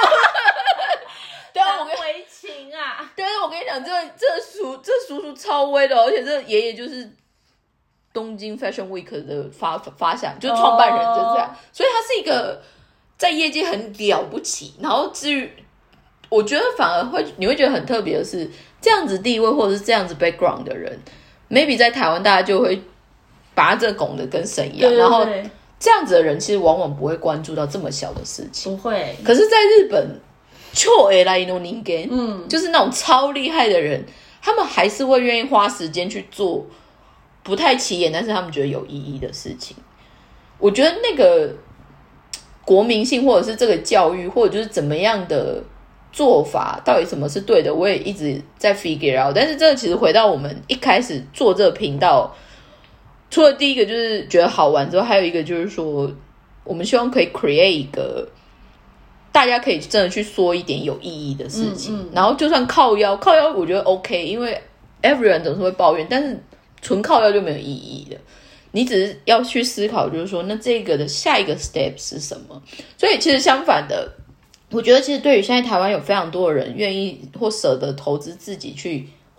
对啊，我跟为情啊， 但是我跟你讲这这叔这叔叔超威的，而且这爷爷就是东京 Fashion Week 的发发想，就是创办人就是这样、oh. 所以他是一个在业界很了不起，然后至于我觉得反而会你会觉得很特别的是，这样子地位或者是这样子 background 的人 maybe 在台湾大家就会把他这拱得跟神一样， 对对对， 然后这样子的人其实往往不会关注到这么小的事情， 不会。 可是在日本超偉大の人間、嗯、就是那种超厉害的人，他们还是会愿意花时间去做不太起眼但是他们觉得有意义的事情。我觉得那个国民性或者是这个教育或者就是怎么样的做法到底什么是对的，我也一直在 figure out。 但是这个其实回到我们一开始做这个频道，除了第一个就是觉得好玩之后，还有一个就是说我们希望可以 create 一个大家可以真的去说一点有意义的事情、嗯嗯、然后就算靠腰靠腰我觉得 OK， 因为 everyone 总是会抱怨，但是纯靠腰就没有意义的，你只是要去思考就是说那这个的下一个 step 是什么。所以其实相反的，我觉得其实对于现在台湾有非常多的人愿意或舍得投资自己去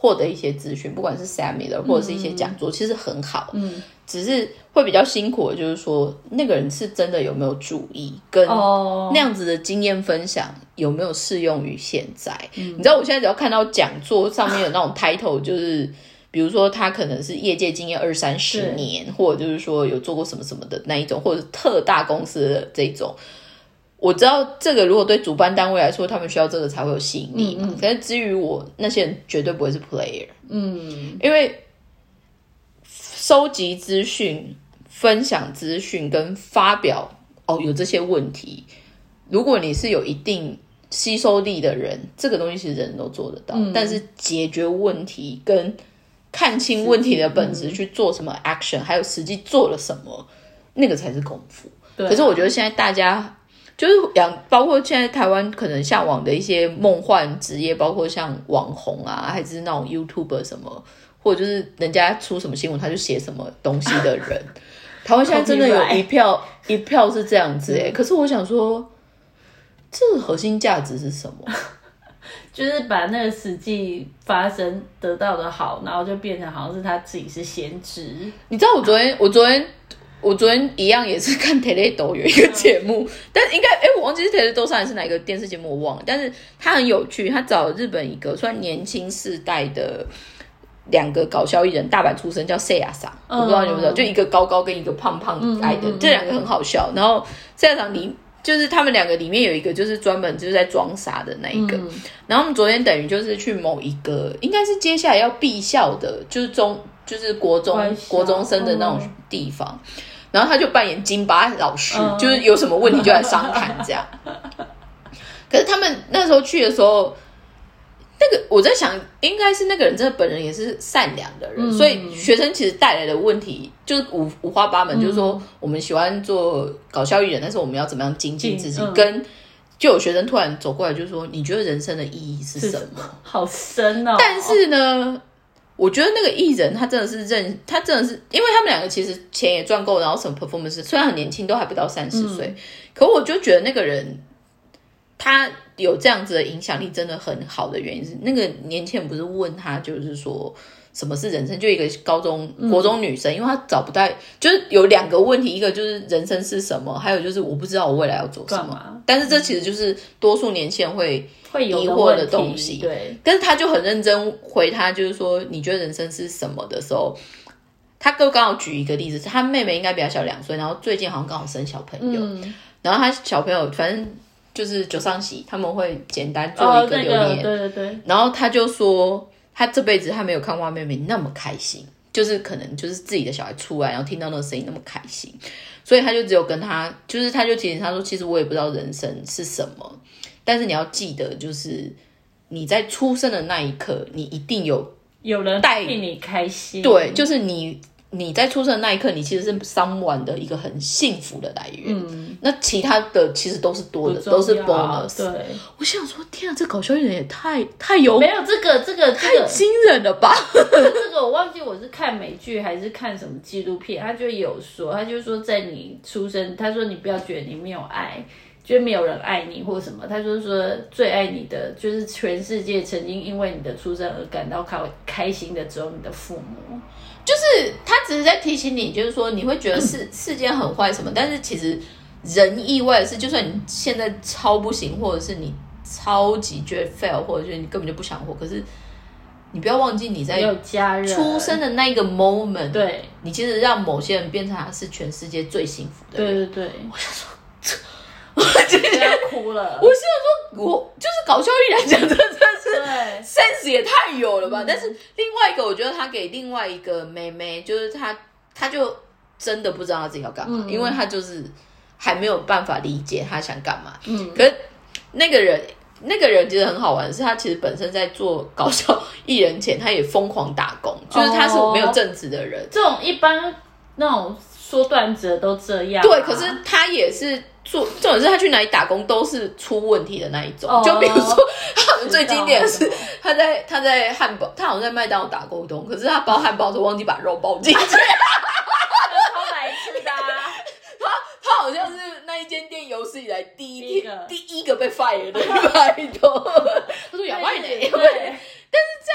获得一些资讯，不管是 seminar 或者是一些讲座，嗯、其实很好。嗯，只是会比较辛苦的，就是说那个人是真的有没有注意，跟那样子的经验分享有没有适用于现在。嗯、你知道，我现在只要看到讲座上面有那种 title， 就是比如说他可能是业界经验二三十年，或者就是说有做过什么什么的那一种，或者是特大公司的这种。我知道这个如果对主办单位来说，他们需要这个才会有吸引力嘛。嗯嗯，可是至于我那些人绝对不会是 player， 嗯，因为收集资讯、分享资讯跟发表哦有这些问题，如果你是有一定吸收力的人，这个东西其实人人都做得到，嗯、但是解决问题跟看清问题的本质去做什么 action，、嗯、还有实际做了什么，那个才是功夫。对啊、可是我觉得现在大家。就是养，包括现在台湾可能向往的一些梦幻职业，包括像网红啊，还是那种 YouTuber 什么，或者就是人家出什么新闻他就写什么东西的人，台湾现在真的有一票一票是这样子哎、欸。可是我想说，这个核心价值是什么？ 就是把那个实际发生得到的好，然后就变成好像是他自己是先知。 你知道我昨天，我昨天。我昨天一样也是看 Teledo 有一个节目，嗯、但应该哎，我忘记是 Teledo 上还是哪一个电视节目，我忘了。但是他很有趣，他找日本一个算年轻世代的两个搞笑艺人，大阪出身，叫塞亚桑，我不知道你们知道，就一个高高跟一个胖胖矮的，嗯嗯嗯这两个很好笑。然后塞亚桑里就是他们两个里面有一个就是专门就是在装傻的那一个，嗯、然后我们昨天等于就是去某一个应该是接下来要闭校的，就是中就是国中国中生的那种地方。嗯然后他就扮演金巴老师，嗯、就是有什么问题就来商谈这样。可是他们那时候去的时候，那个我在想，应该是那个人真的本人也是善良的人，嗯、所以学生其实带来的问题就是五五花八门，嗯、就是说我们喜欢做搞笑艺人，但是我们要怎么样精进自己？嗯、跟就有学生突然走过来就说：“你觉得人生的意义是什么？” 好深哦！ 但是呢。我觉得那个艺人他真的是认，他真的是，因为他们两个其实钱也赚够，然后什么 performance 虽然很年轻，都还不到三十岁，嗯、可我就觉得那个人他有这样子的影响力真的很好的原因是，那个年轻人不是问他就是说什么是人生，就一个高中国中女生，嗯、因为她找不到，就是有两个问题，一个就是人生是什么，还有就是我不知道我未来要做什么，但是这其实就是多数年轻人会。 会有疑惑的东西， 对， 但是他就很认真回他，就是说你觉得人生是什么的时候，他就刚好举一个例子，他妹妹应该比他小两岁，然后最近好像刚好生小朋友，嗯、然后他小朋友反正就是九上喜，他们会简单做一个留言，哦那个、 对对对， 然后他就说他这辈子他没有看过他妹妹那么开心，就是可能就是自己的小孩出来，然后听到那个声音那么开心，所以他就只有跟他，就是他就提醒他说，其实我也不知道人生是什么。但是你要记得，就是你在出生的那一刻，你一定有有人带你开心。 对，就是你你在出生的那一刻，你其实是someone的一个很幸福的来源。嗯，那其他的其实都是多的，都是 bonus。对，我想说，天啊，这搞笑艺人也太太有没有这个这个太惊人了吧？ 这个我忘记我是看美剧还是看什么纪录片，他就有说，他就说在你出生，他说你不要觉得你没有爱。就没有人爱你或什么，他就是说最爱你的就是全世界曾经因为你的出生而感到开开心的只有你的父母。 就是他只是在提醒你，就是说你会觉得世世间很坏什么，但是其实人意外的是，就算你现在超不行，或者是你超级觉得 fail， 或者是你根本就不想活，可是你不要忘记你在出生的那一个 moment， 对， 你其实让某些人变成他是全世界最幸福的人。 对对对， 我想说。 我就要哭了。 我是说，我就是搞笑艺人讲，真的是 sense 也太有了吧。嗯、但是另外一个，我觉得他给另外一个妹妹，就是他，他就真的不知道他自己要干嘛，嗯、因为他就是还没有办法理解他想干嘛。嗯，可是那个人，那个人其实很好玩的是，他其实本身在做搞笑艺人前，他也疯狂打工，就是他是没有正职的人。 哦、这种一般那种说段子的都这样、啊。 对，可是他也是。做重点是他去哪里打工都是出问题的那一种，哦、就比如说他们最经典的是他在他在汉堡，他好像在麦当劳打工东，可是他包汉堡的时候忘记把肉包进去，超白痴的、啊。 他他好像是那一间店有史以来第一天第一个被 fire 的，拜托。他说哑巴一点，对。但是这样子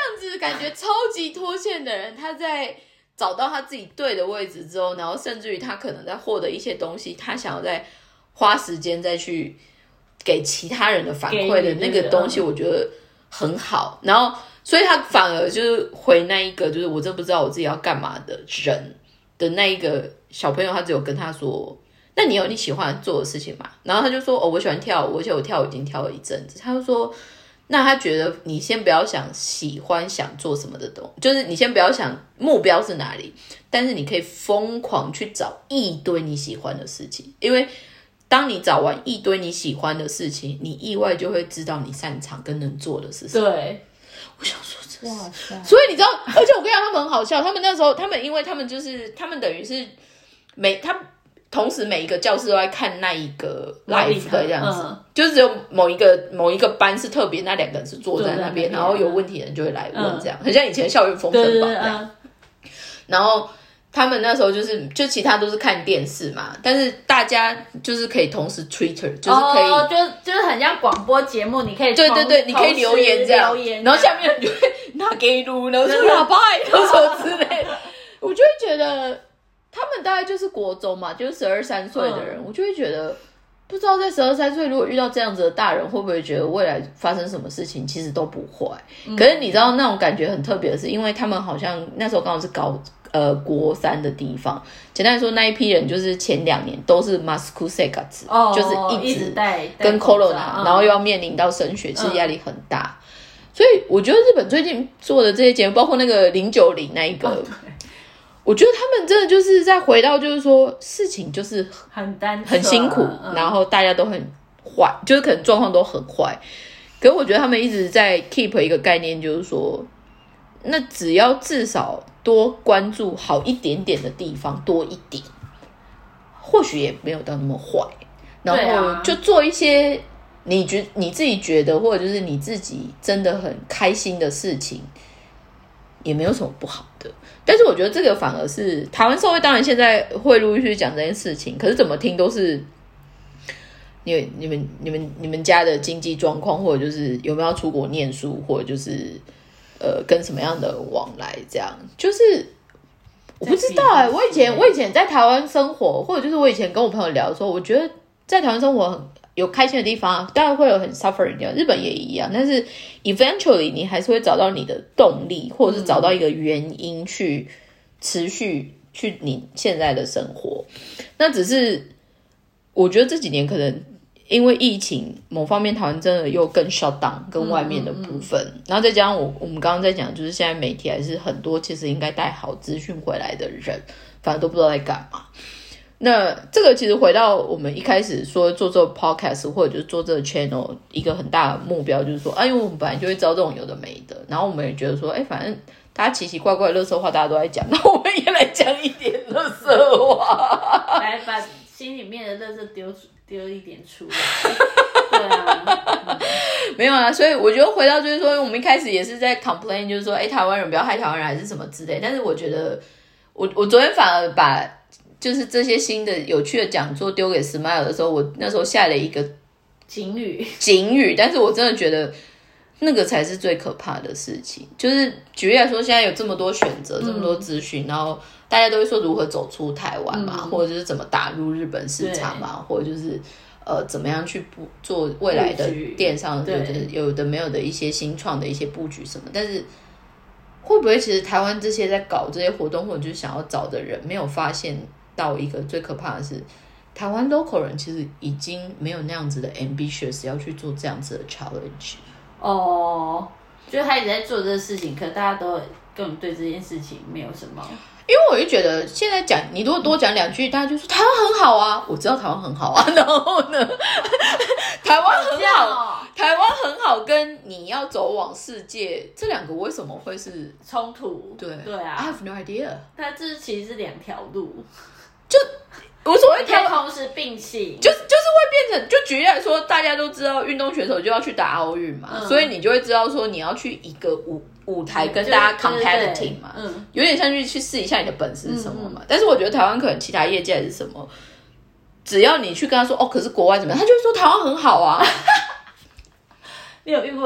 感觉超级脱线的人，他在找到他自己对的位置之后，然后甚至于他可能在获得一些东西，他想要再花时间再去给其他人的反馈的那个东西，我觉得很好。然后，所以他反而就是回那一个，就是我真不知道我自己要干嘛的人的那一个小朋友，他只有跟他说。那你有你喜欢做的事情吗？然后他就说哦，我喜欢跳舞，而且我跳舞已经跳了一阵子。他就说，那他觉得你先不要想喜欢想做什么的东西，就是你先不要想目标是哪里，但是你可以疯狂去找一堆你喜欢的事情，因为当你找完一堆你喜欢的事情，你意外就会知道你擅长跟能做的是什么。 对， 我想说这哇塞， 所以你知道，而且我跟你讲，他们很好笑，他们那时候，他们因为他们就是他们等于是每他。同时每一个教室都在看那一个 live 的样子、嗯、就是只有某一个某一个班是特别，那两个人是坐在那边，然后有问题的人就会来问，这样、嗯、很像以前校园封神榜这样、嗯、然后他们那时候就是就其他都是看电视嘛，但是大家就是可以同时 Twitter 就是可以、 哦、就就是很像广播节目，你可以对对对，你可以留言这样，然后下面人就会拿给录，然后说哑巴然后什么之类的我就会觉得他们大概就是国中嘛，就是十二三岁的人、嗯、我就会觉得不知道在十二三岁如果遇到这样子的大人，会不会觉得未来发生什么事情其实都不会、嗯、可是你知道那种感觉很特别的是，因为他们好像那时候刚好是高呃国三的地方，简单来说那一批人就是前两年都是 mask segas、哦、就是一直跟 corona、嗯、然后又要面临到升学，其实压力很大、嗯、所以我觉得日本最近做的这些节目，包括那个零九零那一个、哦，我觉得他们真的就是在回到，就是说事情就是很单纯、 很辛苦、嗯，然后大家都很坏，就是可能状况都很坏。可是我觉得他们一直在 keep 一个概念，就是说，那只要至少多关注好一点点的地方，多一点，或许也没有到那么坏。然后就做一些你觉你自己觉得，或者就是你自己真的很开心的事情，也没有什么不好的。但是我觉得这个反而是台湾社会，当然现在会陆陆续续讲这件事情，可是怎么听都是你你们你们你们家的经济状况，或者就是有没有要出国念书，或者就是呃跟什么样的往来，这样就是我不知道哎、欸。我以前我以前在台湾生活，或者就是我以前跟我朋友聊的时候，我觉得在台湾生活很有开心的地方，当然会有很 suffering 的，日本也一样，但是 eventually 你还是会找到你的动力，或者是找到一个原因去持续去你现在的生活。那只是我觉得这几年可能因为疫情某方面台湾真的又更 shut down 跟外面的部分、嗯嗯、然后再加上我我们刚刚在讲，就是现在媒体还是很多其实应该带好资讯回来的人反正都不知道在干嘛。那这个其实回到我们一开始说做这个 podcast 或者就是做这个 channel 一个很大的目标，就是说啊，因为我们本来就会知道这种有的没的，然后我们也觉得说哎，反正大家奇奇怪怪的垃圾话大家都在讲，那我们也来讲一点垃圾话来把心里面的垃圾丢丢一点出来对啊、嗯、 没有啊，所以我觉得回到就是说我们一开始也是在 complain 就是说哎，台湾人不要害台湾人还是什么之类，但是我觉得我我昨天反而把就是这些新的有趣的讲座丢给 Smile 的时候，我那时候下了一个警语警语，但是我真的觉得那个才是最可怕的事情。就是举例来说，现在有这么多选择、嗯、这么多资讯，然后大家都会说如何走出台湾嘛、嗯、或者就是怎么打入日本市场嘛，或者就是呃怎么样去布做未来的电商，就是有的没有的一些新创的一些布局什么，但是会不会其实台湾这些在搞这些活动或者就是想要找的人没有发现到一个最可怕的是，台湾 local 人其实已经没有那样子的 ambitious 要去做这样子的 challenge。 哦，就是他一直在做这个事情，可大家都根本对这件事情没有什么。 因为我就觉得现在讲，你如果多讲两句，大家就说台湾很好啊，我知道台湾很好啊，然后呢，台湾很好，台湾很好，跟你要走往世界这两个为什么会是冲突？ 对对啊 ，I have no idea。 它这其实是两条路， 就无所谓， 可以同时并行， 就就是会变成，就举例来说，大家都知道运动选手就要去打奥运嘛、嗯，所以你就会知道说你要去一个舞舞台跟大家 competitive 嘛，嗯，有点像去去试一下你的本事是什么嘛、嗯嗯。但是我觉得台湾可能其他业界还是什么，只要你去跟他说哦，可是国外怎么样，他就会说台湾很好啊。 你有遇过这？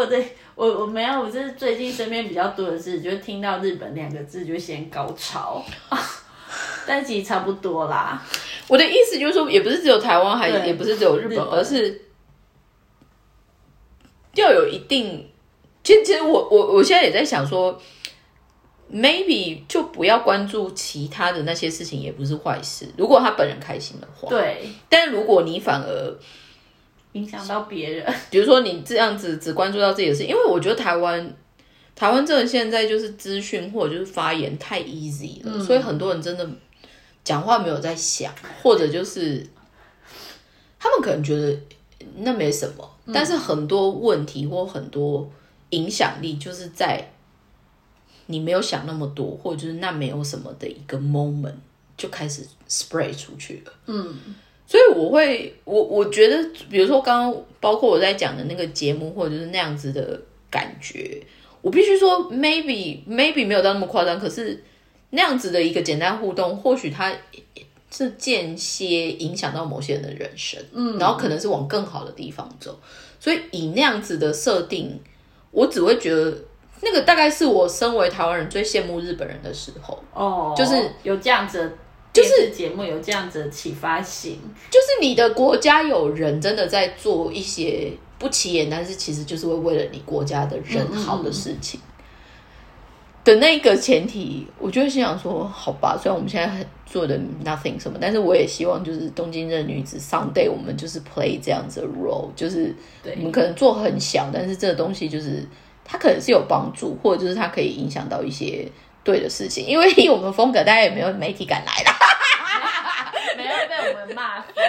我我没有，我是最近身边比较多的是，就听到日本两个字就先高潮，但其实差不多啦。 我的意思就是说，也不是只有台湾，还也不是只有日本， 日本而是要有一定。其实，其实我我我现在也在想说 ，maybe 就不要关注其他的那些事情，也不是坏事。如果他本人开心的话， 对。 但如果你反而影响到别人， 比如说你这样子只关注到自己的事，因为我觉得台湾台湾真的现在就是资讯或者就是发言太 easy 了，嗯、所以很多人真的讲话没有在想，或者就是他们可能觉得那没什么，嗯、但是很多问题或很多影响力就是在你没有想那么多，或者就是那没有什么的一个 moment 就开始 spray 出去了。嗯。所以我会，我我觉得，比如说刚刚包括我在讲的那个节目，或者就是那样子的感觉，我必须说 ，maybe maybe 没有到那么夸张，可是那样子的一个简单互动，或许它是间接影响到某些人的人生，嗯，然后可能是往更好的地方走。所以以那样子的设定，我只会觉得那个大概是我身为台湾人最羡慕日本人的时候， 哦， 就是有这样子的。就是节目有这样子的启发性， 就是你的国家有人真的在做一些不起眼，但是其实就是会为了你国家的人好的事情的那个前提，我就会心想说，好吧，虽然我们现在很做的 nothing 什么，但是我也希望就是东京热女子 Sunday 我们就是 play 这样子的 role， 就是我们可能做很小，但是这个东西就是它可能是有帮助，或者就是它可以影响到一些对的事情，因为以我们风格，大家也没有媒体敢来啦， 没有被我们骂飞，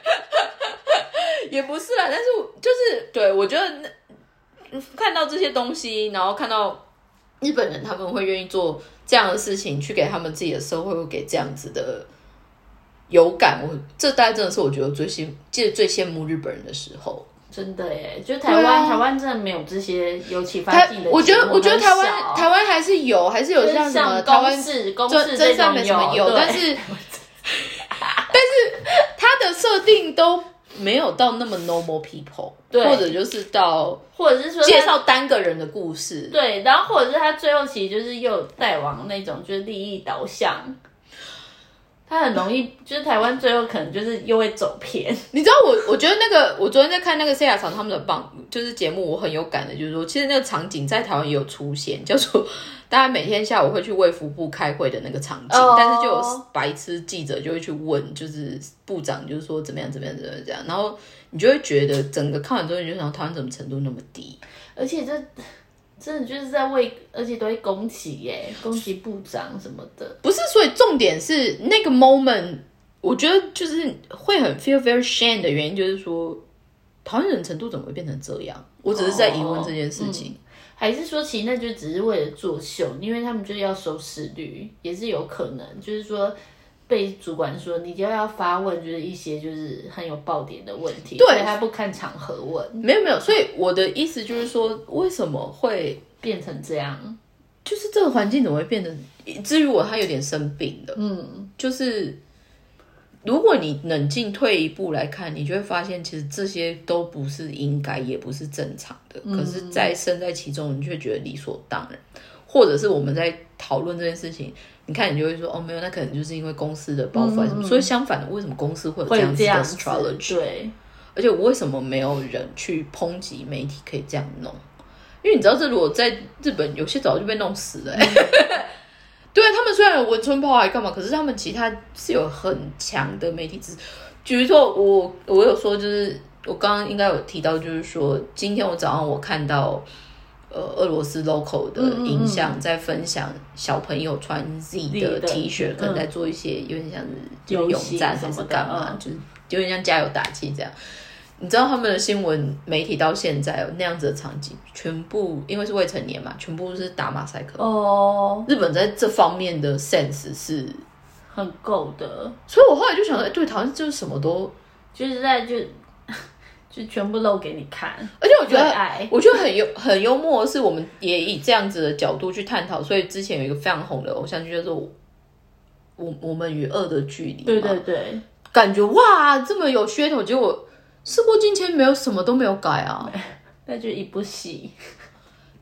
也不是啦，但是就是对我觉得看到这些东西，然后看到日本人他们会愿意做这样的事情，去给他们自己的社会，会给这样子的有感，我这大概真的是我觉得最羡，记得最羡慕日本人的时候。 真的耶，就台湾、啊、台湾真的没有这些有启发性的节目， 我觉得我觉得台湾台湾还是有，还是有像什么台湾公视公视这种有，什么有，但是但是它的设定都没有到那么 normal people， 或者就是到或者是说介绍单个人的故事， 对，然后或者是他最后其实就是又带往那种就是利益导向。他很容易，就是台湾最后可能就是又会走偏。 你知道我，我觉得那个，我昨天在看那个 C 亚场他们的棒，就是节目，我很有感的，就是说，其实那个场景在台湾也有出现，叫做大家每天下午会去卫福部开会的那个场景， oh. 但是就有白痴记者就会去问，就是部长就是说怎么样怎么样怎么样这样，然后你就会觉得整个看完之后，你就想台湾怎么程度那么低， 而且这。真的就是在为，而且都会攻击耶，攻击部长什么的。 不是，所以重点是那个 moment， 我觉得就是会很 feel very shame 的原因，就是说台湾人程度怎么会变成这样？我只是在疑问这件事情。哦嗯、 还是说，其实那就只是为了作秀，因为他们就是要收视率，也是有可能，就是说。被主管说你就要发问，就是一些就是很有爆点的问题，对，他不看场合问， 没有没有，所以我的意思就是说，为什么会变成这样？ 就是这个环境怎么会变得，至于我他有点生病了，嗯，就是如果你冷静退一步来看，你就会发现，其实这些都不是应该，也不是正常的，嗯、可是，在身在其中，你却觉得理所当然，或者是我们在讨论这件事情。你看，你就会说哦，没有，那可能就是因为公司的包袱什么、嗯，所以相反的，为什么公司会有这样子的 astrology？ 对，而且为什么没有人去抨击媒体可以这样弄？因为你知道，这如果在日本，有些早就被弄死了、欸。嗯、对他们虽然有文春炮还干嘛，可是他们其他是有很强的媒体支持。比如说，我我有说，就是我刚刚应该有提到，就是说，今天我早上我看到。呃，俄罗斯 local 的影像在分享小朋友穿 Z 的 T 恤，可能在做一些有点像是泳战还是干嘛，就是有点像加油打气这样。你知道他们的新闻媒体到现在那样子的场景，全部因为是未成年嘛，全部是打马赛克。哦，日本在这方面的 sense 是很够的， 所以我后来就想说，对，好像就是什么都就是在就。就全部露给你看， 而且我觉得，我觉得很幽很幽默的是，我们也以这样子的角度去探讨。所以之前有一个非常红的偶像剧叫做《我我们与恶的距离》， 对对对， 感觉哇这么有噱头，结果事过境迁，没有什么都没有改啊， 那就一部戏。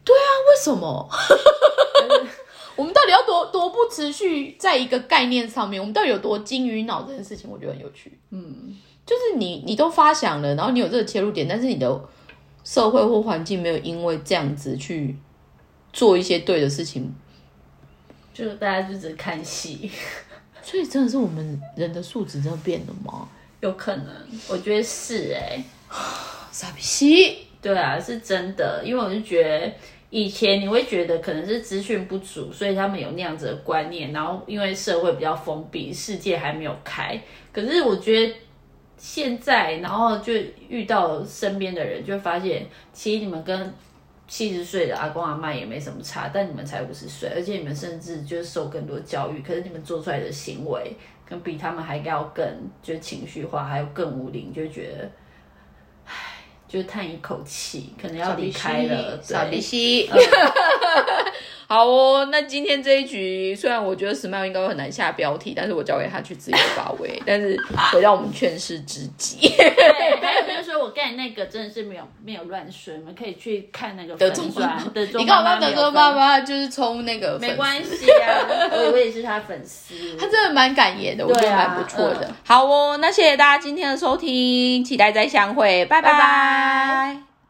对啊，为什么？我们到底要多多不持续在一个概念上面？我们到底有多金鱼脑？这件事情我觉得很有趣。嗯，就是你你都发想了，然后你有这个切入点，但是你的社会或环境没有因为这样子去做一些对的事情， 就大家就只看戏。 所以真的是我们人的素质真的变了吗？ 有可能，我觉得是哎、欸， 傻逼西。 对啊，是真的，因为我就觉得。以前你会觉得可能是资讯不足，所以他们有那样子的观念，然后因为社会比较封闭，世界还没有开。可是我觉得现在，然后就遇到身边的人，就会发现，其实你们跟七十岁的阿公阿嬷也没什么差，但你们才五十岁，而且你们甚至就是受更多教育，可是你们做出来的行为，跟比他们还要更就是情绪化，还有更无灵，就觉得。就叹一口气，可能要离开了。 傻逼西，好哦。那今天这一局，虽然我觉得 Smile 应该会很难下标题，但是我交给他去自由发挥。但是回到我们劝世之己， 对，还有就是说我刚才那个真的是没有没有乱说，你们可以去看那个德中专的中你干嘛德中妈妈就是冲那个没关系啊，我我也是他粉丝， 他真的蛮感言的，我觉得蛮不错的。嗯、好哦，那谢谢大家今天的收听，期待再相会，拜拜。拜拜。